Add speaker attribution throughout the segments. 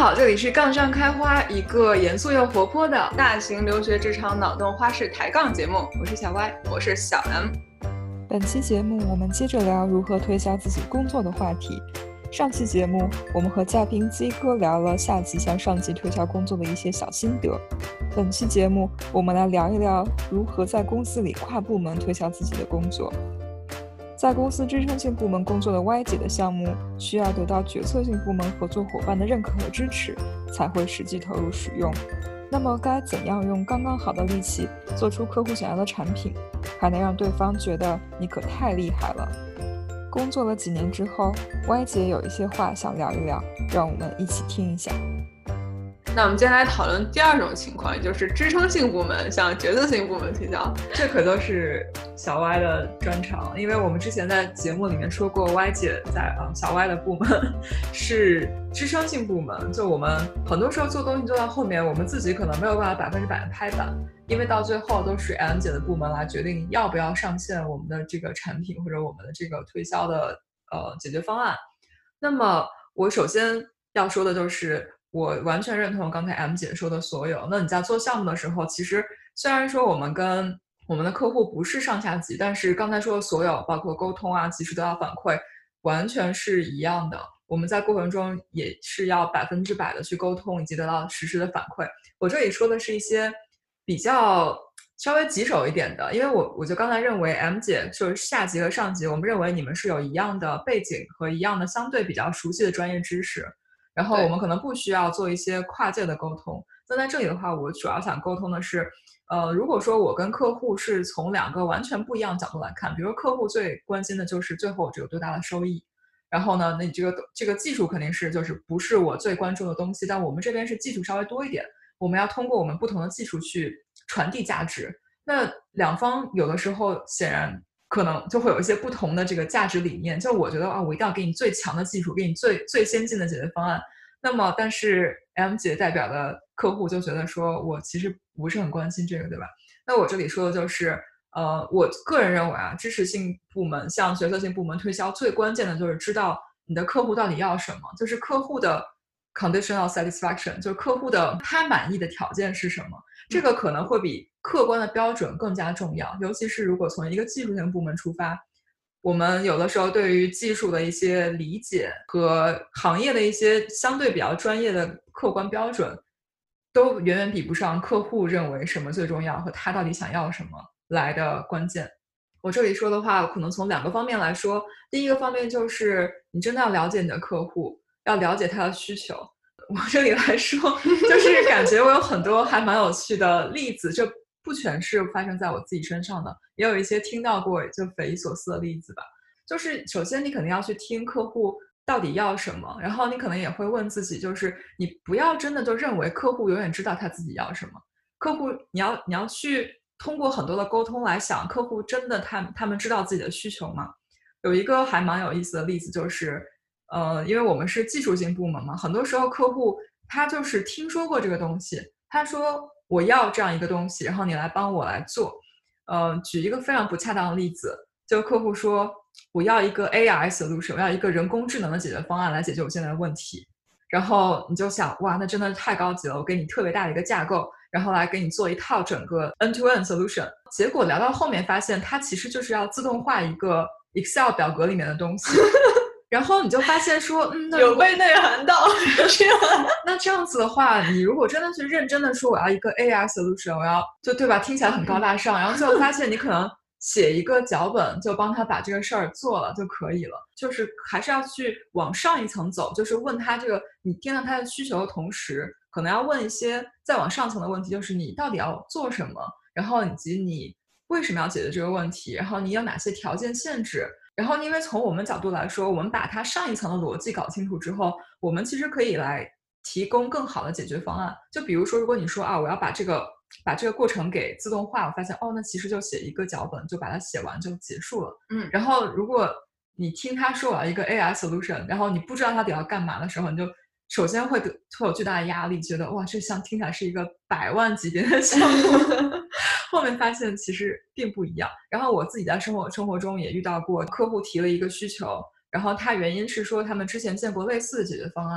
Speaker 1: 好，这里是杠上开花，一个严肃又活泼的大型留学职场脑洞花式抬杠节目。我是小 Y， 我是小 M。
Speaker 2: 本期节目我们接着聊如何推销自己工作的话题。上期节目我们和嘉宾 Z 哥聊了下级向上级推销工作的一些小心得。本期节目我们来聊一聊如何在公司里跨部门推销自己的工作。在公司支撑性部门工作的 Y 姐的项目需要得到决策性部门合作伙伴的认可和支持，才会实际投入使用。那么该怎样用刚刚好的力气做出客户想要的产品，还能让对方觉得你可太厉害了？工作了几年之后， Y 姐有一些话想聊一聊，让我们一起听一下。
Speaker 1: 那我们接下来讨论第二种情况，也就是支撑性部门向决策性部门推销。
Speaker 3: 这可都是小 Y 的专长，因为我们之前在节目里面说过 Y 姐在小 Y 的部门是支撑性部门，就我们很多时候做东西做到后面，我们自己可能没有办法100%的拍板，因为到最后都是 M 姐的部门来决定要不要上线我们的这个产品或者我们的这个推销的解决方案。那么我首先要说的就是我完全认同刚才 M 姐说的所有。那你在做项目的时候，其实虽然说我们跟我们的客户不是上下级，但是刚才说的所有包括沟通啊、及时得到反馈完全是一样的。我们在过程中也是要100%的去沟通以及得到实时的反馈。我这里说的是一些比较稍微棘手一点的，因为我就刚才认为 M 姐就是下级和上级，我们认为你们是有一样的背景和一样的相对比较熟悉的专业知识，然后我们可能不需要做一些跨界的沟通。那在这里的话，我主要想沟通的是如果说我跟客户是从两个完全不一样的角度来看，比如客户最关心的就是最后这有多大的收益，然后呢，那这个技术肯定是就是不是我最关注的东西，但我们这边是技术稍微多一点，我们要通过我们不同的技术去传递价值。那两方有的时候显然可能就会有一些不同的这个价值理念，就我觉得我一定要给你最强的技术，给你最先进的解决方案。那么但是 M 姐代表的客户就觉得说我其实不是很关心这个，对吧？那我这里说的就是我个人认为支持性部门向决策性部门推销最关键的就是知道你的客户到底要什么，就是客户的 conditional satisfaction， 就是客户的他满意的条件是什么。这个可能会比客观的标准更加重要，尤其是如果从一个技术性部门出发，我们有的时候对于技术的一些理解和行业的一些相对比较专业的客观标准都远远比不上客户认为什么最重要和他到底想要什么来的关键。我这里说的话可能从两个方面来说，第一个方面就是你真的要了解你的客户，要了解他的需求。我这里来说就是感觉我有很多还蛮有趣的例子，这不全是发生在我自己身上的，也有一些听到过就匪夷所思的例子吧。就是首先你肯定要去听客户到底要什么，然后你可能也会问自己，就是你不要真的就认为客户永远知道他自己要什么，客户你要去通过很多的沟通来想，客户真的他们知道自己的需求吗？有一个还蛮有意思的例子就是因为我们是技术性部门嘛，很多时候客户他就是听说过这个东西，他说我要这样一个东西，然后你来帮我来做。举一个非常不恰当的例子，就客户说我要一个 AI solution， 我要一个人工智能的解决方案来解决我现在的问题。然后你就想，哇，那真的太高级了，我给你特别大的一个架构，然后来给你做一套整个 end-to-end solution。结果聊到后面发现，它其实就是要自动化一个 Excel 表格里面的东西。然后你就发现说，
Speaker 1: 有被内涵到。
Speaker 3: 那这样子的话，你如果真的去认真的说我要一个 AI solution， 我要就对吧，听起来很高大上，然后最后发现你可能写一个脚本就帮他把这个事儿做了就可以了。就是还是要去往上一层走，就是问他这个，你听到他的需求的同时，可能要问一些再往上层的问题，就是你到底要做什么，然后以及你为什么要解决这个问题，然后你有哪些条件限制。然后因为从我们角度来说，我们把它上一层的逻辑搞清楚之后，我们其实可以来提供更好的解决方案。就比如说如果你说我要把这个过程给自动化，我发现那其实就写一个脚本就把它写完就结束了。然后如果你听他说我要一个 AI solution， 然后你不知道他得要干嘛的时候，你就首先会有巨大的压力，觉得哇，这项听起来是一个100万级别的项目。后面发现其实并不一样。然后我自己在生活中也遇到过客户提了一个需求，然后他原因是说他们之前见过类似的解决方案，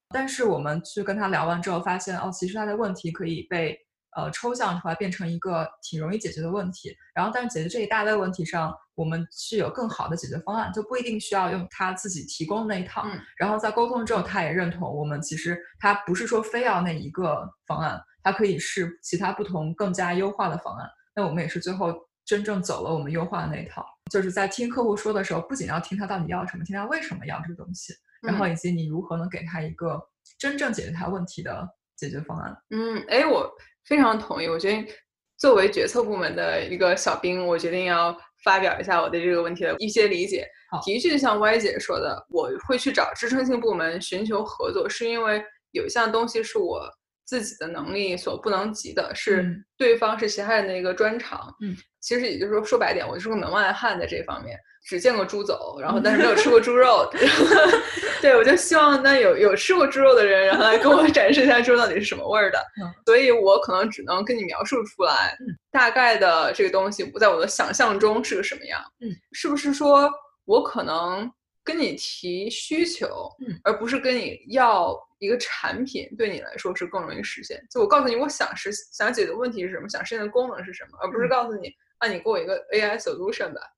Speaker 3: 但是我们去跟他聊完之后发现，其实他的问题可以被抽象出来，变成一个挺容易解决的问题。然后但是解决这一大类问题上，我们是有更好的解决方案，就不一定需要用他自己提供的那一套。然后在沟通之后，他也认同我们其实他不是说非要那一个方案，它可以是其他不同更加优化的方案。那我们也是最后真正走了我们优化的那一套，就是在听客户说的时候，不仅要听他到底要什么，听他为什么要这个东西，然后以及你如何能给他一个真正解决他问题的解决方案。
Speaker 1: 我非常同意。我觉得作为决策部门的一个小兵，我决定要发表一下我对这个问题的一些理解。的确像歪姐说的，我会去找支撑性部门寻求合作，是因为有一项东西是我自己的能力所不能及的，是对方是其他人的一个专长。其实也就是说白点，我就是个门外汉在这方面，只见过猪走，然后但是没有吃过猪肉。对，我就希望那有吃过猪肉的人，然后来跟我展示一下猪到底是什么味儿的。所以我可能只能跟你描述出来大概的这个东西在我的想象中是个什么样。是不是说我可能跟你提需求，而不是跟你要一个产品，对你来说是更容易实现。就我告诉你我想解决的问题是什么，想实现的功能是什么，而不是告诉你你给我一个 AI solution 吧。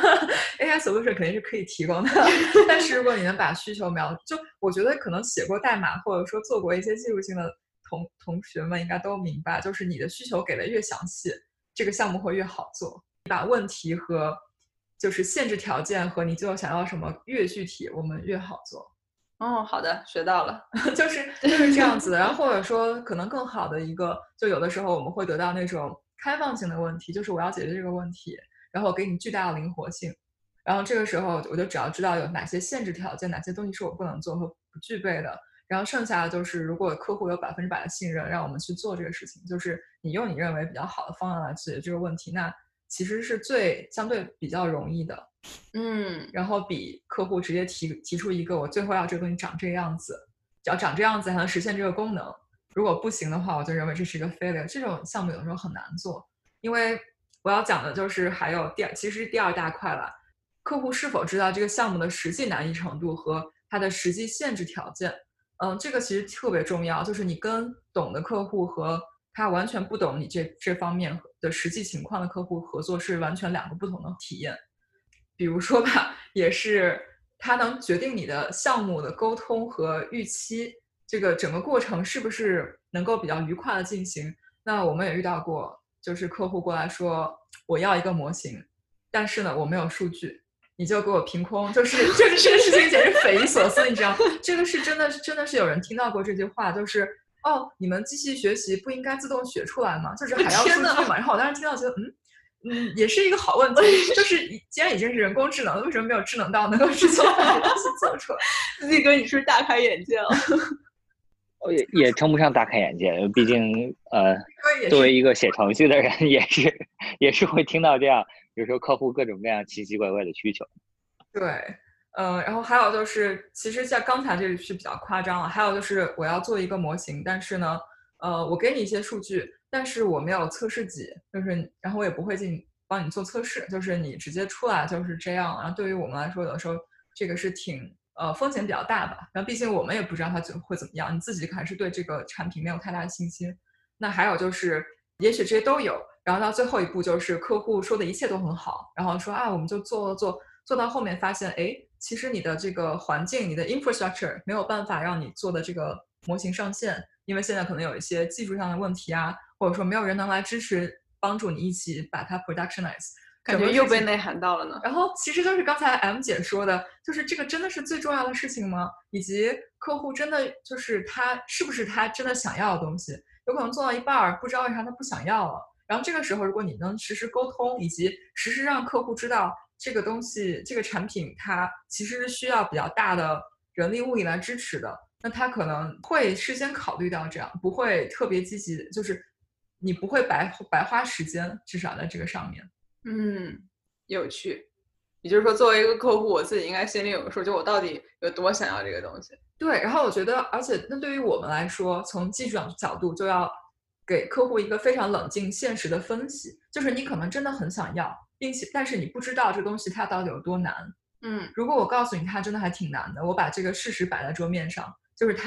Speaker 3: AI solution 肯定是可以提供的，但是如果你能把需求就我觉得可能写过代码或者说做过一些技术性的同学们应该都明白，就是你的需求给的越详细，这个项目会越好做。你把问题和就是限制条件和你最后想要什么越具体，我们越好做。
Speaker 1: 好的，学到了。
Speaker 3: 就是这样子的。然后或者说可能更好的一个，就有的时候我们会得到那种开放性的问题，就是我要解决这个问题，然后我给你巨大的灵活性，然后这个时候我就只要知道有哪些限制条件，哪些东西是我不能做和不具备的，然后剩下的就是如果客户有100%的信任让我们去做这个事情，就是你用你认为比较好的方案来解决这个问题，那其实是相对比较容易的。然后比客户直接提出一个我最后要这个东西长这个样子，只要长这样子才能实现这个功能，如果不行的话我就认为这是一个 failure。 这种项目有时候很难做，因为我要讲的就是还有其实第二大块了，客户是否知道这个项目的实际难易程度和它的实际限制条件。这个其实特别重要，就是你跟懂的客户和他完全不懂你这方面的实际情况的客户合作是完全2个不同的体验。比如说吧，也是它能决定你的项目的沟通和预期，这个整个过程是不是能够比较愉快的进行。那我们也遇到过，就是客户过来说我要一个模型，但是呢我没有数据，你就给我凭空，就是这个事情简直匪夷所思，你知道，这个是真的是有人听到过这句话，就是你们机器学习不应该自动学出来吗？就是还要数据嘛。然后我当时听到觉得也是一个好问题，就是既然已经是人工智能，为什么没有智能到能够直接把这东西做出来？
Speaker 1: 自己哥，你是不是大开眼界了？
Speaker 4: 也称不上大开眼界，毕竟作为一个写程序的人，也是会听到这样，有时候客户各种各样奇奇怪怪的需求。
Speaker 3: 对，然后还有就是，其实像刚才这里是比较夸张了。还有就是我要做一个模型，但是呢，我给你一些数据，但是我没有测试集，就是然后我也不会帮你做测试，就是你直接出来就是这样。然后对于我们来说，有的时候这个是挺风险比较大吧。然后毕竟我们也不知道它会怎么样，你自己还是对这个产品没有太大的信心。那还有就是，也许这些都有，然后到最后一步就是客户说的一切都很好，然后说我们就做到后面发现，其实你的这个环境，你的 infrastructure 没有办法让你做的这个模型上线，因为现在可能有一些技术上的问题啊，或者说没有人能来支持帮助你一起把它 productionize，
Speaker 1: 感觉又被内涵到了呢。
Speaker 3: 然后其实就是刚才 M 姐说的，就是这个真的是最重要的事情吗？以及客户真的就是他是不是他真的想要的东西，有可能做到一半不知道为啥他不想要了。然后这个时候如果你能实时沟通，以及实时让客户知道这个东西这个产品它其实是需要比较大的人力物力来支持的，那他可能会事先考虑到这样，不会特别积极，就是你不会白花时间，至少在这个上面。
Speaker 1: 有趣。也就是说作为一个客户，我自己应该心里有个数，就我到底有多想要这个东西。
Speaker 3: 对，然后我觉得而且那对于我们来说，从技术角度就要给客户一个非常冷静现实的分析，就是你可能真的很想要，但是你不知道这东西它到底有多难。如果我告诉你它真的还挺难的，我把这个事实摆在桌面上，就是它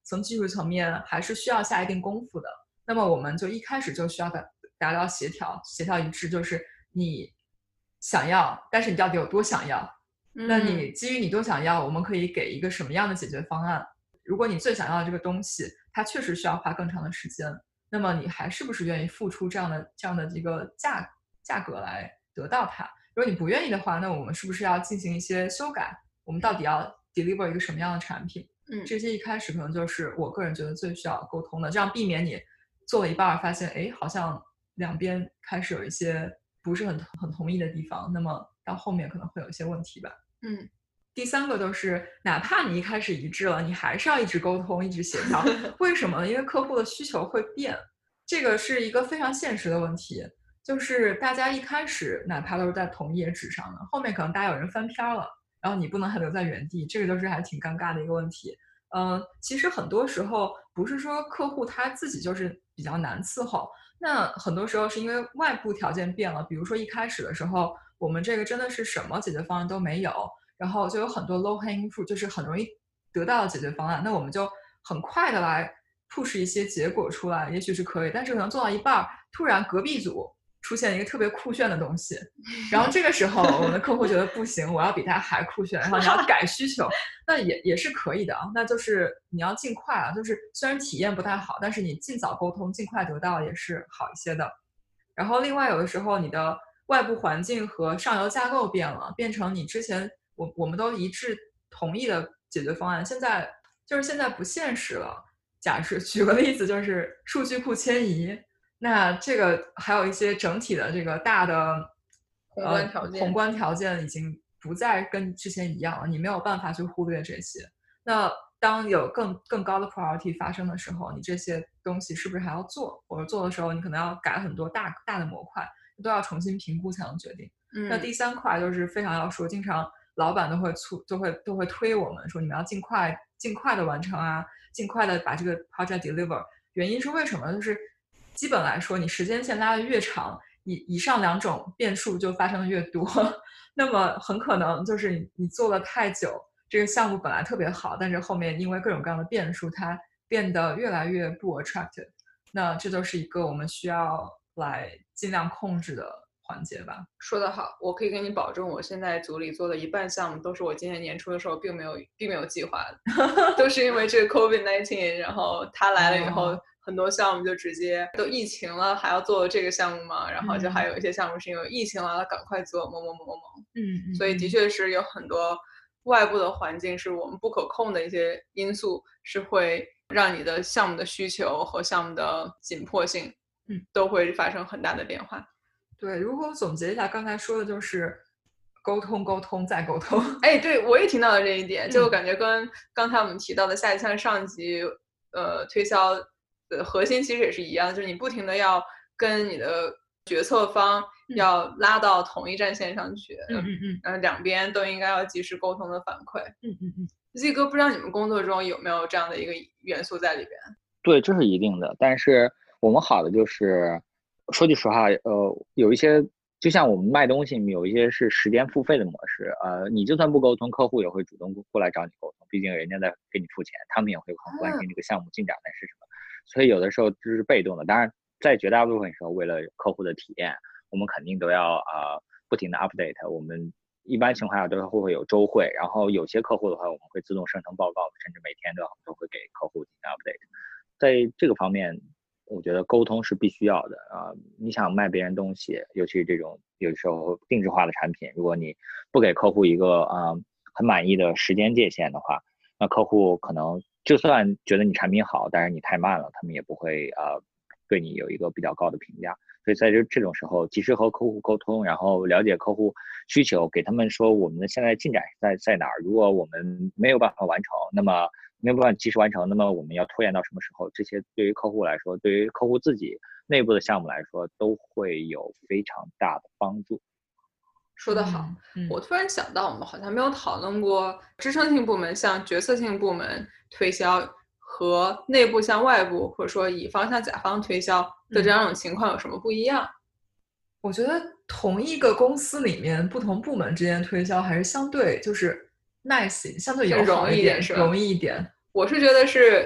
Speaker 3: 从技术层面还是需要下一定功夫的。那么我们就一开始就需要达到协调一致，就是你想要，但是你到底有多想要？那你基于你多想要，我们可以给一个什么样的解决方案？如果你最想要的这个东西，它确实需要花更长的时间，那么你还是不是愿意付出这样的这个价格来得到它？如果你不愿意的话，那我们是不是要进行一些修改？我们到底要 deliver 一个什么样的产品？这些一开始可能就是我个人觉得最需要沟通的，这样避免你做了一半发现，哎，好像两边开始有一些不是很同意的地方，那么到后面可能会有一些问题吧。第三个就是哪怕你一开始一致了，你还是要一直沟通，一直协调。为什么呢？因为客户的需求会变，这个是一个非常现实的问题。就是大家一开始哪怕都是在同一页纸上的，后面可能大家有人翻篇了，然后你不能还留在原地，这个都是还挺尴尬的一个问题。其实很多时候不是说客户他自己就是比较难伺候，那很多时候是因为外部条件变了。比如说一开始的时候，我们这个真的是什么解决方案都没有，然后就有很多 low hanging fruit， 就是很容易得到的解决方案，那我们就很快的来 push 一些结果出来，也许是可以，但是可能做到一半，突然隔壁组出现一个特别酷炫的东西，然后这个时候我们的客户觉得不行，我要比他还酷炫，然后你要改需求，那也是可以的啊。那就是你要尽快啊，就是虽然体验不太好，但是你尽早沟通，尽快得到也是好一些的。然后另外有的时候你的外部环境和上游架构变了，变成你之前我们都一致同意的解决方案，现在不现实了。假设举个例子，就是数据库迁移，那这个还有一些整体的这个大的宏观条件已经不再跟之前一样了，你没有办法去忽略这些。那当有更高的 priority 发生的时候，你这些东西是不是还要做？或者做的时候，你可能要改很多大的模块，都要重新评估才能决定。那第三块就是非常要说，经常老板都会推我们说，你们要尽快的完成啊，尽快的把这个 project deliver。原因是为什么？就是基本来说，你时间线拉得越长，以上两种变数就发生的越多，那么很可能就是你做了太久，这个项目本来特别好，但是后面因为各种各样的变数，它变得越来越不 attractive。那这就是一个我们需要来尽量控制的环节吧。
Speaker 1: 说得好，我可以跟你保证，我现在组里做的一半项目都是我今年年初的时候并没有计划的，都是因为这个 COVID-19， 然后它来了以后，很多项目就直接都疫情了，还要做这个项目嘛，然后就还有一些项目是因为疫情来了，赶快做，忙。所以的确是有很多外部的环境是我们不可控的一些因素，是会让你的项目的需求和项目的紧迫性，都会发生很大的变化。
Speaker 3: 对，如果我总结一下刚才说的，就是沟通再沟通。
Speaker 1: 哎，对，我也听到了这一点，就感觉跟刚才我们提到的下级向上级推销的核心其实也是一样的，就是你不停的要跟你的决策方要拉到同一战线上去，两边都应该要及时沟通的反馈。Z 哥，不知道你们工作中有没有这样的一个元素在里边？
Speaker 4: 对，这是一定的，但是我们好的就是说句实话，有一些就像我们卖东西，有一些是时间付费的模式，你就算不沟通，客户也会主动过来找你沟通，毕竟人家在给你付钱，他们也会很关心这个项目进展的是什么，所以有的时候就是被动的。当然，在绝大部分时候，为了客户的体验，我们肯定都要不停的 update。我们一般情况下都会有周会，然后有些客户的话，我们会自动生成报告，甚至每天都会给客户进行 update。在这个方面，我觉得沟通是必须要的你想卖别人东西，尤其是这种有时候定制化的产品，如果你不给客户一个很满意的时间界限的话，那客户可能就算觉得你产品好，但是你太慢了，他们也不会对你有一个比较高的评价。所以在这种时候，及时和客户沟通，然后了解客户需求，给他们说我们的现在进展在哪儿。如果我们没有办法完成，那么没有办法及时完成，那么我们要拖延到什么时候？这些对于客户来说，对于客户自己内部的项目来说，都会有非常大的帮助。
Speaker 1: 说得好，我突然想到，我们好像没有讨论过支撑性部门向决策性部门推销和内部向外部，或者说乙方向甲方推销的这两种情况有什么不一样？
Speaker 3: 我觉得同一个公司里面不同部门之间推销还是相对就是 nice， 相对友好一点，是吧？容易一点。
Speaker 1: 我是觉得是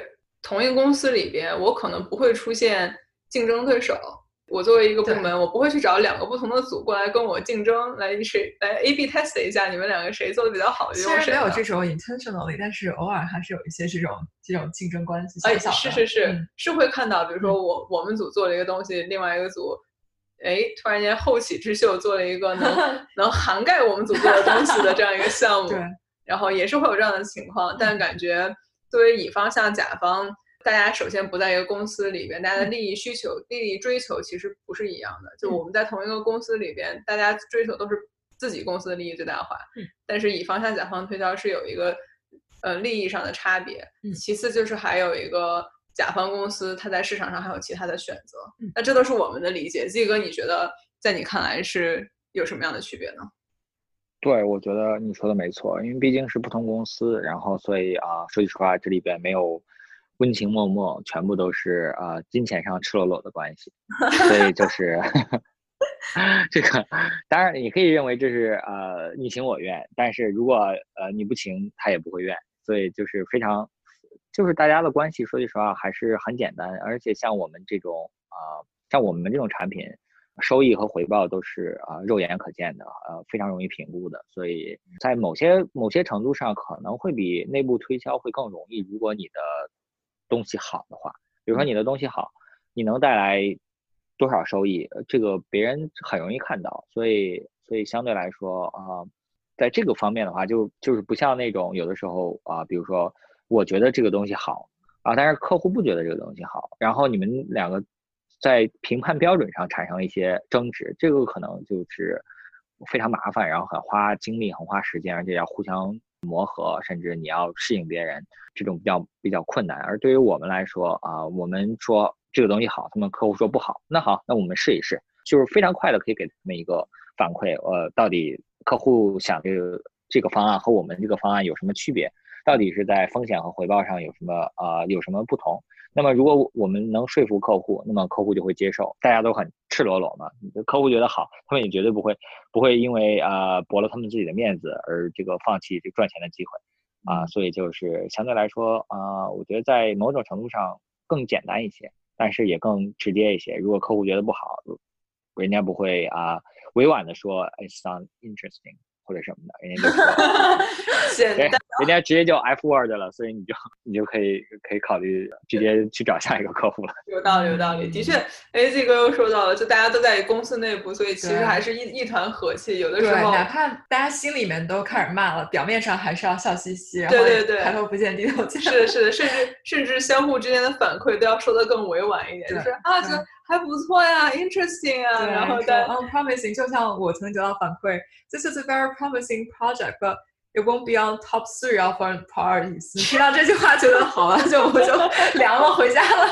Speaker 1: 同一个公司里边，我可能不会出现竞争对手。我作为一个部门，我不会去找2个不同的组过来跟我竞争，来 A/B test 一下你们2个谁做的比较好。
Speaker 3: 虽然没有这种 intentionally， 但是偶尔还是有一些这种竞争关系。小小的
Speaker 1: 是会看到，比如说我们组做了一个东西，另外一个组，突然间后起之秀做了一个能涵盖我们组做的东西的这样一个项目，
Speaker 3: 对，
Speaker 1: 然后也是会有这样的情况，但感觉作为乙方向甲方。大家首先不在一个公司里边，大家的利益需求、利益追求其实不是一样的。就我们在同一个公司里边，大家追求都是自己公司的利益最大化。但是乙方向甲方推销是有一个利益上的差别。其次就是还有一个甲方公司，它在市场上还有其他的选择。那这都是我们的理解。季哥，你觉得在你看来是有什么样的区别呢？
Speaker 4: 对，我觉得你说的没错，因为毕竟是不同公司，然后所以说句实话，这里边没有温情脉脉，全部都是金钱上赤裸裸的关系，所以就是这个，当然你可以认为这是你情我愿，但是如果你不情，他也不会愿，所以就是非常，就是大家的关系，说句实话还是很简单，而且像我们这种像我们这种产品，收益和回报都是肉眼可见的，非常容易评估的，所以在某些程度上可能会比内部推销会更容易，如果你的东西好的话，比如说你的东西好，你能带来多少收益，这个别人很容易看到，所以相对来说在这个方面的话，就是不像那种有的时候比如说我觉得这个东西好但是客户不觉得这个东西好，然后你们2个在评判标准上产生一些争执，这个可能就是非常麻烦，然后很花精力、很花时间，而且要互相磨合，甚至你要适应别人，这种比较困难。而对于我们来说我们说这个东西好，他们客户说不好，那好，那我们试一试，就是非常快的可以给他们一个反馈，到底客户想这个方案和我们这个方案有什么区别，到底是在风险和回报上有什么不同。那么如果我们能说服客户，那么客户就会接受，大家都很赤裸裸嘛，客户觉得好，他们也绝对不会因为驳了他们自己的面子而这个放弃这个赚钱的机会所以就是相对来说我觉得在某种程度上更简单一些，但是也更直接一些。如果客户觉得不好，人家不会委婉的说 it sounds interesting 或者什么的，人家就说人家直接就 F word 了，所以你就可以考虑直接去找下一个客户了。
Speaker 1: 有道理，的确，这个又说到了，就大家都在公司内部，所以其实还是一团和气。有的时候，
Speaker 3: 哪怕大家心里面都开始骂了，表面上还是要笑嘻嘻，然后抬头不见低头见。
Speaker 1: 是的，甚至相互之间的反馈都要说得更委婉一点，就是这还不错呀 ，interesting 然后
Speaker 3: promising， 就像我曾经得到反馈 ，this is a very promising project， but it won't be on top 3 of our priorities。你听到这句话觉得好了，我就凉了，回家了。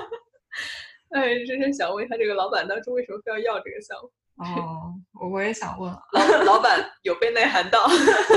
Speaker 1: 真是想问一下，这个老板当初为什么非要这个项目？
Speaker 3: 我也想问，
Speaker 1: 老板有被内涵到。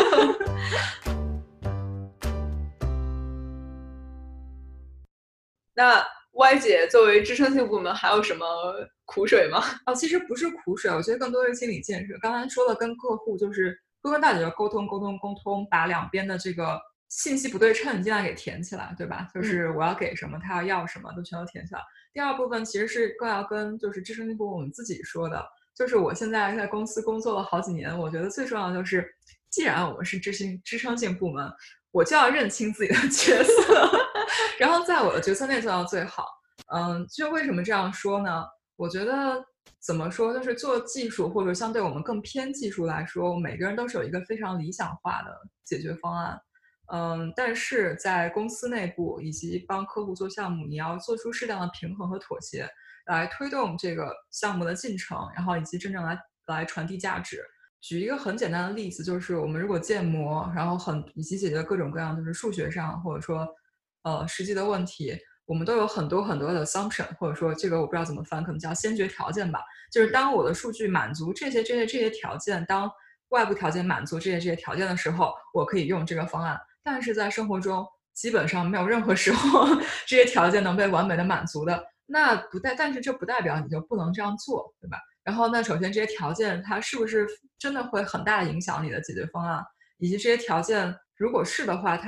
Speaker 1: 那 Y 姐作为支撑性部门还有什么苦水吗？
Speaker 3: 其实不是苦水，我觉得更多是心理建设。刚才说了，跟客户就是归根到底的沟通，把两边的这个信息不对称尽量给填起来，对吧？就是我要给什么，他要什么，都全都填起来。第二部分其实是更要跟就是支撑性部门我们自己说的，就是我现在在公司工作了好几年，我觉得最重要的就是，既然我们是支撑性部门，我就要认清自己的角色，然后在我的角色内做到最好。就为什么这样说呢？我觉得怎么说，就是做技术或者相对我们更偏技术来说，每个人都是有一个非常理想化的解决方案。但是在公司内部以及帮客户做项目，你要做出适当的平衡和妥协，来推动这个项目的进程，然后以及真正来传递价值。举一个很简单的例子，就是我们如果建模，然后以及解决各种各样就是数学上或者说实际的问题，我们都有很多的 assumption， 或者说这个我不知道怎么翻，可能叫先决条件吧。就是当我的数据满足这些条件，当外部条件满足这些条件的时候，我可以用这个方案。但是在生活中基本上没有任何时候这些条件能被完美的满足的，但是这不代表你就不能这样做，对吧？然后那首先这些条件它是不是真的会很大的影响你的解决方案，以及这些条件如果是的话，它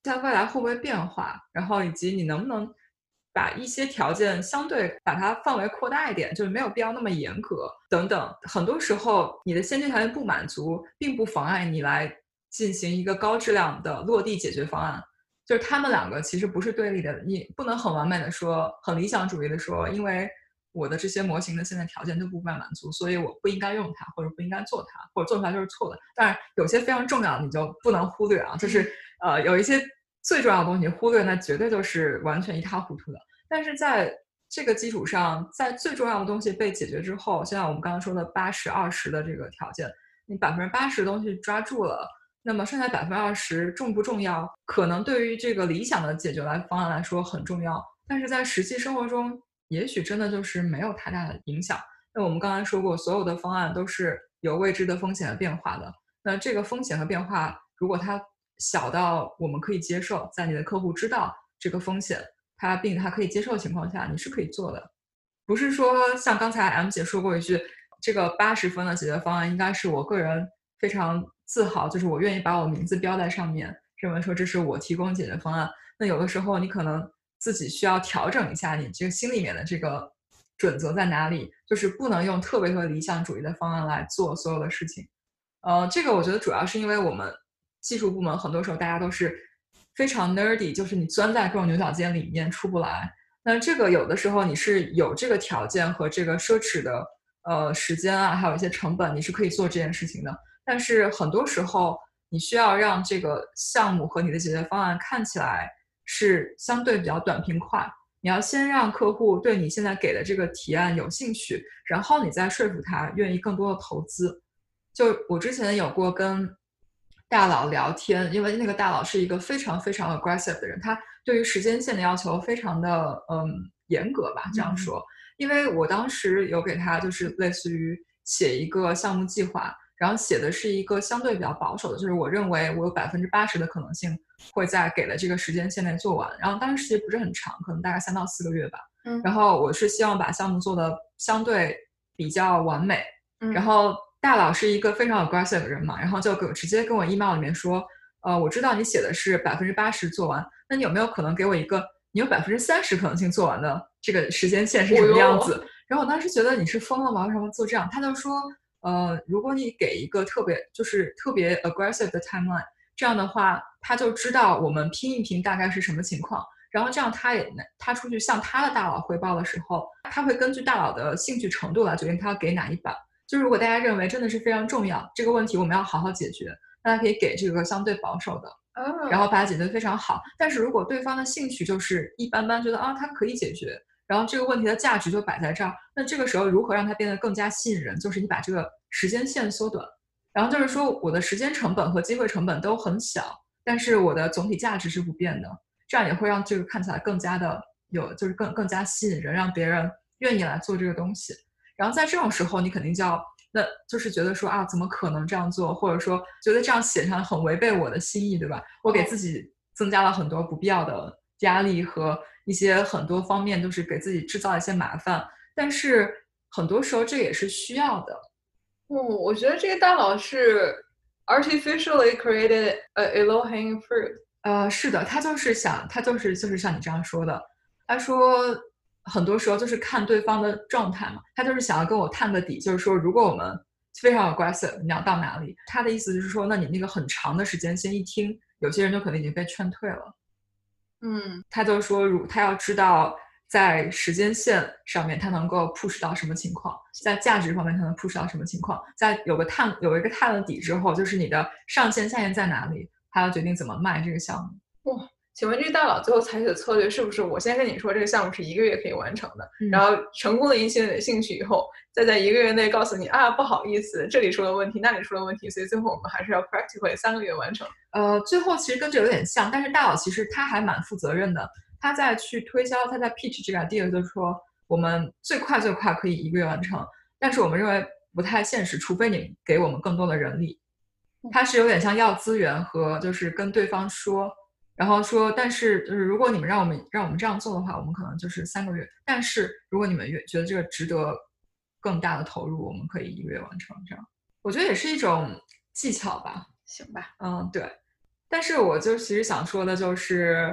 Speaker 3: 在未来会不会变化，然后以及你能不能把一些条件相对把它范围扩大一点，就是没有必要那么严格等等。很多时候你的先决条件不满足，并不妨碍你来进行一个高质量的落地解决方案。就是他们两个其实不是对立的，你不能很完美的说，很理想主义的说，因为我的这些模型的现在条件都不被满足，所以我不应该用它，或者不应该做它，或者做出来就是错的。当然有些非常重要的你就不能忽略啊，就是有一些最重要的东西忽略，那绝对就是完全一塌糊涂的。但是在这个基础上，在最重要的东西被解决之后，像我们刚刚说的80-20的这个条件，你80%的东西抓住了，那么剩下20%重不重要？可能对于这个理想的解决方案来说很重要，但是在实际生活中，也许真的就是没有太大的影响。那我们刚才说过，所有的方案都是有未知的风险和变化的。那这个风险和变化，如果它小到我们可以接受，在你的客户知道这个风险，并他可以接受的情况下，你是可以做的。不是说像刚才 M 姐说过一句，这个80分的解决方案应该是我个人非常自豪，就是我愿意把我名字标在上面，认为说这是我提供解决方案。那有的时候你可能自己需要调整一下你这个心里面的这个准则在哪里，就是不能用特别理想主义的方案来做所有的事情。这个我觉得主要是因为我们技术部门很多时候大家都是非常 nerdy， 就是你钻在各种牛角尖里面出不来。那这个有的时候你是有这个条件和这个奢侈的时间啊，还有一些成本，你是可以做这件事情的。但是很多时候你需要让这个项目和你的解决方案看起来是相对比较短平快，你要先让客户对你现在给的这个提案有兴趣，然后你再说服他愿意更多的投资。就我之前有过跟大佬聊天，因为那个大佬是一个非常 aggressive 的人，他对于时间线的要求非常的严格吧，这样说。因为我当时有给他就是类似于写一个项目计划，然后写的是一个相对比较保守的，就是我认为我有80%的可能性会在给的这个时间线内做完，然后当时其实不是很长，可能大概3到4个月吧。然后我是希望把项目做的相对比较完美，然后大佬是一个非常 aggressive 的人嘛，然后就直接跟我 email 里面说，我知道你写的是80%做完，那你有没有可能给我一个你有30%可能性做完的这个时间线是什么样子？然后我当时觉得你是疯了吗？为什么做这样？他就说，如果你给一个特别 aggressive 的 timeline， 这样的话他就知道我们拼一拼大概是什么情况，然后这样他出去向他的大佬汇报的时候，他会根据大佬的兴趣程度来决定他要给哪一版。就是如果大家认为真的是非常重要，这个问题我们要好好解决，大家可以给这个相对保守的，然后把它解决得非常好。但是如果对方的兴趣就是一般般，觉得它可以解决，然后这个问题的价值就摆在这儿，那这个时候如何让它变得更加吸引人，就是你把这个时间线缩短，然后就是说我的时间成本和机会成本都很小，但是我的总体价值是不变的，这样也会让这个看起来更加的就是更加吸引人，让别人愿意来做这个东西。然后在这种时候你肯定那就是觉得说怎么可能这样做，或者说觉得这样写上很违背我的心意，对吧？我给自己增加了很多不必要的压力和一些很多方面都是给自己制造一些麻烦，但是很多时候这也是需要的。
Speaker 1: 我觉得这个大佬是 artificially created a low-hanging fruit。
Speaker 3: 是的，他就是像你这样说的，他说很多时候就是看对方的状态嘛，他就是想要跟我探个底，就是说如果我们非常 aggressive， 你要到哪里？他的意思就是说，那你那个很长的时间先一听，有些人就可能已经被劝退了。他就说他要知道在时间线上面他能够 push 到什么情况，在价值方面他能 push 到什么情况，在有一个探了底之后，就是你的上限下限在哪里，他要决定怎么卖这个项目。
Speaker 1: 请问这个大佬最后采取的策略是不是我先跟你说这个项目是1个月可以完成的，然后成功的引起你的兴趣以后，再在1个月内告诉你不好意思，这里出了问题，那里出了问题，所以最后我们还是要 practically 3个月完成。
Speaker 3: 最后其实跟这有点像，但是大佬其实他还蛮负责任的，他在去推销，他在 pitch 这个 idea 就是说我们最快可以1个月完成，但是我们认为不太现实，除非你给我们更多的人力。他是有点像要资源和就是跟对方说，然后说，但是就是如果你们让我们这样做的话，我们可能就是3个月。但是如果你们觉得这个值得更大的投入，我们可以1个月完成。这样，我觉得也是一种技巧吧。
Speaker 1: 行吧。
Speaker 3: 对。 但是我就其实想说的就是，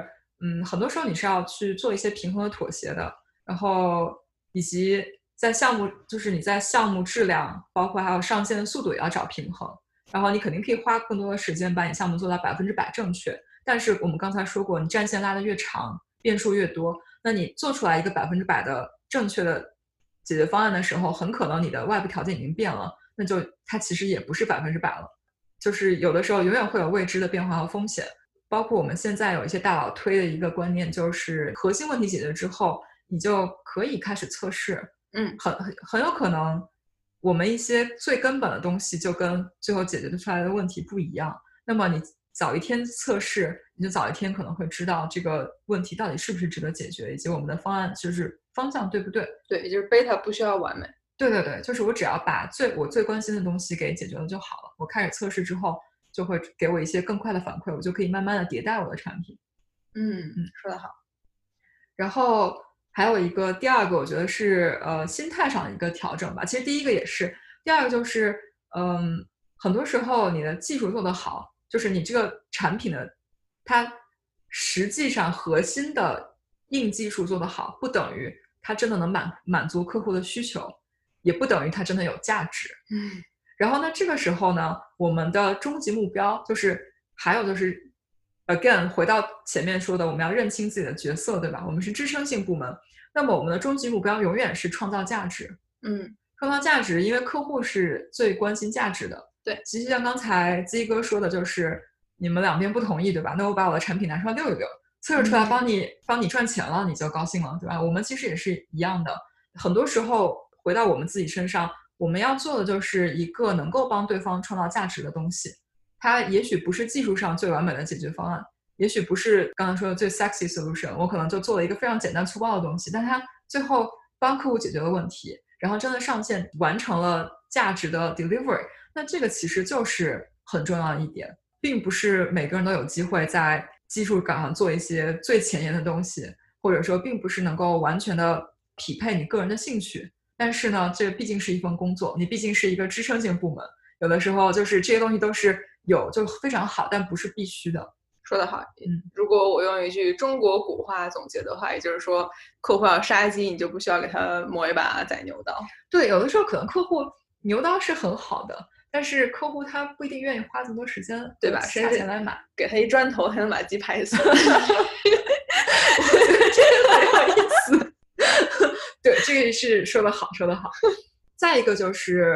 Speaker 3: 很多时候你是要去做一些平衡和妥协的，然后以及在项目，就是你在项目质量，包括还有上线的速度也要找平衡。然后你肯定可以花更多的时间把你项目做到100%正确，但是我们刚才说过，你战线拉得越长，变数越多，那你做出来一个100%的正确的解决方案的时候，很可能你的外部条件已经变了，那就它其实也不是100%了。就是有的时候永远会有未知的变化和风险，包括我们现在有一些大佬推的一个观念，就是核心问题解决之后，你就可以开始测试。很有可能我们一些最根本的东西就跟最后解决出来的问题不一样，那么你早一天测试，你就早一天可能会知道这个问题到底是不是值得解决，以及我们的方案就是方向对不对。
Speaker 1: 对，就是 beta 不需要完美。
Speaker 3: 对对对，就是我只要把我最关心的东西给解决了就好了，我开始测试之后就会给我一些更快的反馈，我就可以慢慢的迭代我的产品。
Speaker 1: 说得好。
Speaker 3: 然后还有一个第二个我觉得是心态上的一个调整吧，其实第一个也是，第二个就是很多时候你的技术做得好，就是你这个产品的它实际上核心的硬技术做得好，不等于它真的能满足客户的需求，也不等于它真的有价值。然后呢，这个时候呢，我们的终极目标就是还有就是again 回到前面说的，我们要认清自己的角色，对吧？我们是支撑性部门，那么我们的终极目标永远是创造价值。创造价值，因为客户是最关心价值的。
Speaker 1: 对，
Speaker 3: 其实像刚才基哥说的，就是你们两边不同意，对吧？那我把我的产品拿出来溜一溜，测试出来帮你赚钱了，你就高兴了，对吧？我们其实也是一样的，很多时候回到我们自己身上，我们要做的就是一个能够帮对方创造价值的东西。它也许不是技术上最完美的解决方案，也许不是刚才说的最 sexy solution， 我可能就做了一个非常简单粗暴的东西，但它最后帮客户解决了问题，然后真的上线完成了价值的 delivery， 那这个其实就是很重要的一点，并不是每个人都有机会在技术岗上做一些最前沿的东西，或者说并不是能够完全的匹配你个人的兴趣，但是呢，这毕竟是一份工作，你毕竟是一个支撑性部门，有的时候就是这些东西都是就非常好，但不是必须的。
Speaker 1: 说得好。如果我用一句中国古话总结的话，也就是说，客户要杀鸡，你就不需要给他磨一把宰牛刀。
Speaker 3: 对，有的时候可能客户牛刀是很好的，但是客户他不一定愿意花这么多时间，
Speaker 1: 对吧？
Speaker 3: 下钱来买，
Speaker 1: 给他一砖头，才能把鸡拍死。
Speaker 3: 我觉得这个很有意思。对，这个是说得好，说得好。再一个就是，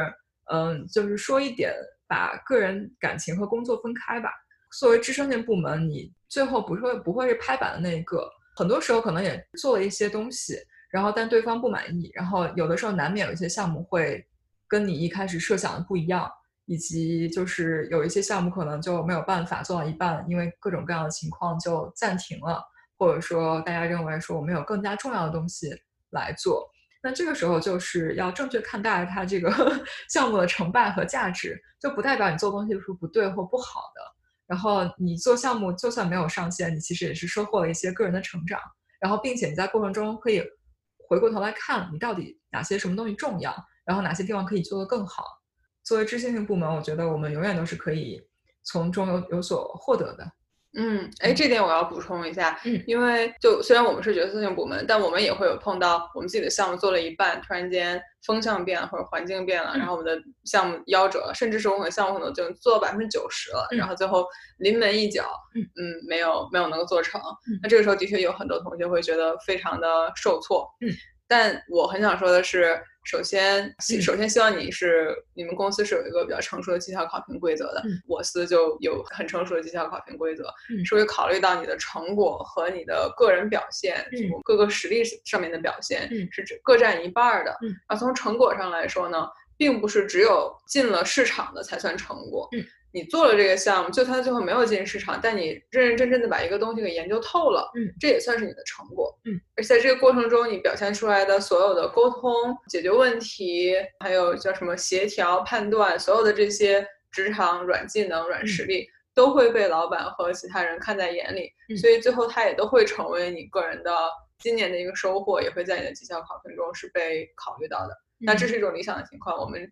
Speaker 3: 就是说一点，把个人感情和工作分开吧。作为支撑性部门，你最后不会是拍板的那一个，很多时候可能也做了一些东西，然后但对方不满意，然后有的时候难免有一些项目会跟你一开始设想的不一样，以及就是有一些项目可能就没有办法做到一半，因为各种各样的情况就暂停了，或者说大家认为说我们有更加重要的东西来做，那这个时候就是要正确看待它这个项目的成败和价值，就不代表你做东西是不对或不好的。然后你做项目就算没有上线，你其实也是收获了一些个人的成长，然后并且你在过程中可以回过头来看你到底哪些什么东西重要，然后哪些地方可以做得更好。作为支撑性部门，我觉得我们永远都是可以从中有所获得的。
Speaker 1: 这点我要补充一下，因为就虽然我们是决策性部门，但我们也会有碰到我们自己的项目做了一半，突然间风向变了或者环境变了，然后我们的项目夭折了，甚至是我们的项目可能就做到90%了，然后最后临门一脚，没有能够做成。那这个时候的确有很多同学会觉得非常的受挫。但我很想说的是，首先希望你们公司是有一个比较成熟的绩效考评规则的。我司就有很成熟的绩效考评规则，是会考虑到你的成果和你的个人表现，各个实力上面的表现是各占一半的。而从成果上来说呢，并不是只有进了市场的才算成果。你做了这个项目，就算最后没有进市场，但你认认真真的把一个东西给研究透了，这也算是你的成果。而且在这个过程中，你表现出来的所有的沟通、解决问题，还有叫什么协调、判断，所有的这些职场软技能、软实力，都会被老板和其他人看在眼里，所以最后它也都会成为你个人的今年的一个收获，也会在你的绩效考评中是被考虑到的。那这是一种理想的情况，我们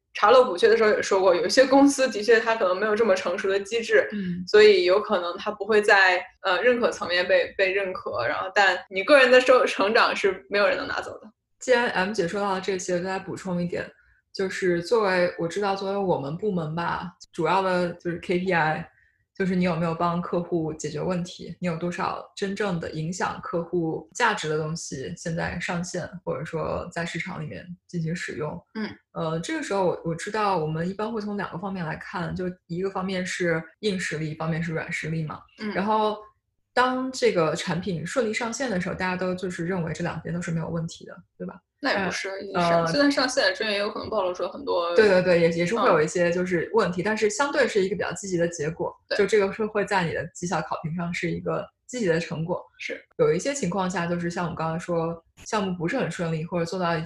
Speaker 1: 查漏补缺的时候也说过，有一些公司的确它可能没有这么成熟的机制，所以有可能它不会在认可层面被认可，然后但你个人的成长是没有人能拿走的。
Speaker 3: 既然 M 姐说到了这些，再补充一点，就是作为我们部门吧，主要的就是 KPI， 就是你有没有帮客户解决问题，你有多少真正的影响客户价值的东西现在上线，或者说在市场里面进行使用。这个时候我知道我们一般会从2个方面来看，就一个方面是硬实力，一方面是软实力嘛。然后当这个产品顺利上线的时候，大家都就是认为这2边都是没有问题的，对吧？
Speaker 1: 那也不是，就算上线中间也有可能暴露出很多。
Speaker 3: 对，也是会有一些就是问题，但是相对是一个比较积极的结果，就这个是会在你的绩效考评上是一个积极的成果。
Speaker 1: 是
Speaker 3: 有一些情况下，就是像我们刚才说，项目不是很顺利，或者做到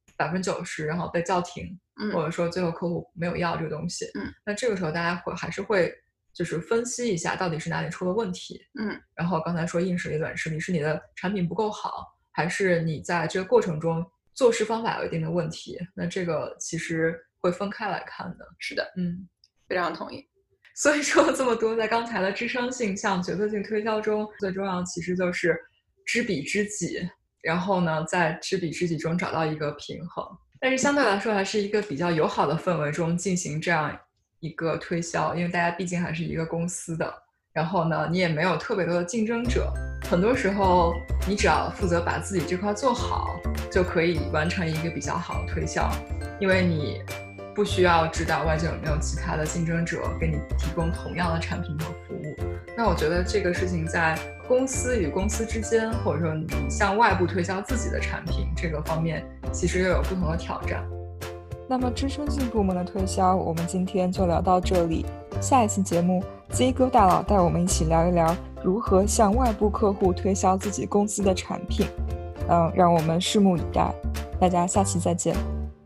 Speaker 3: 90%，然后被叫停，或者说最后客户没有要这个东西，那这个时候大家还是会就是分析一下到底是哪里出了问题，然后刚才说硬实力、软实力，是你的产品不够好，还是你在这个过程中做事方法有一定的问题？那这个其实会分开来看的。
Speaker 1: 是的，非常同意。
Speaker 3: 所以说了这么多，在刚才的支撑性向决策性推销中，最重要其实就是知彼知己，然后呢，在知彼知己中找到一个平衡。但是相对来说，还是一个比较友好的氛围中进行这样一个推销，因为大家毕竟还是一个公司的，然后呢，你也没有特别多的竞争者，很多时候你只要负责把自己这块做好，就可以完成一个比较好的推销，因为你不需要知道外界有没有其他的竞争者给你提供同样的产品和服务。那我觉得这个事情在公司与公司之间，或者说你向外部推销自己的产品这个方面，其实又有不同的挑战。
Speaker 2: 那么支撑性部门的推销，我们今天就聊到这里。下一期节目，Z 哥大佬带我们一起聊一聊如何向外部客户推销自己公司的产品。让我们拭目以待。大家下期再见。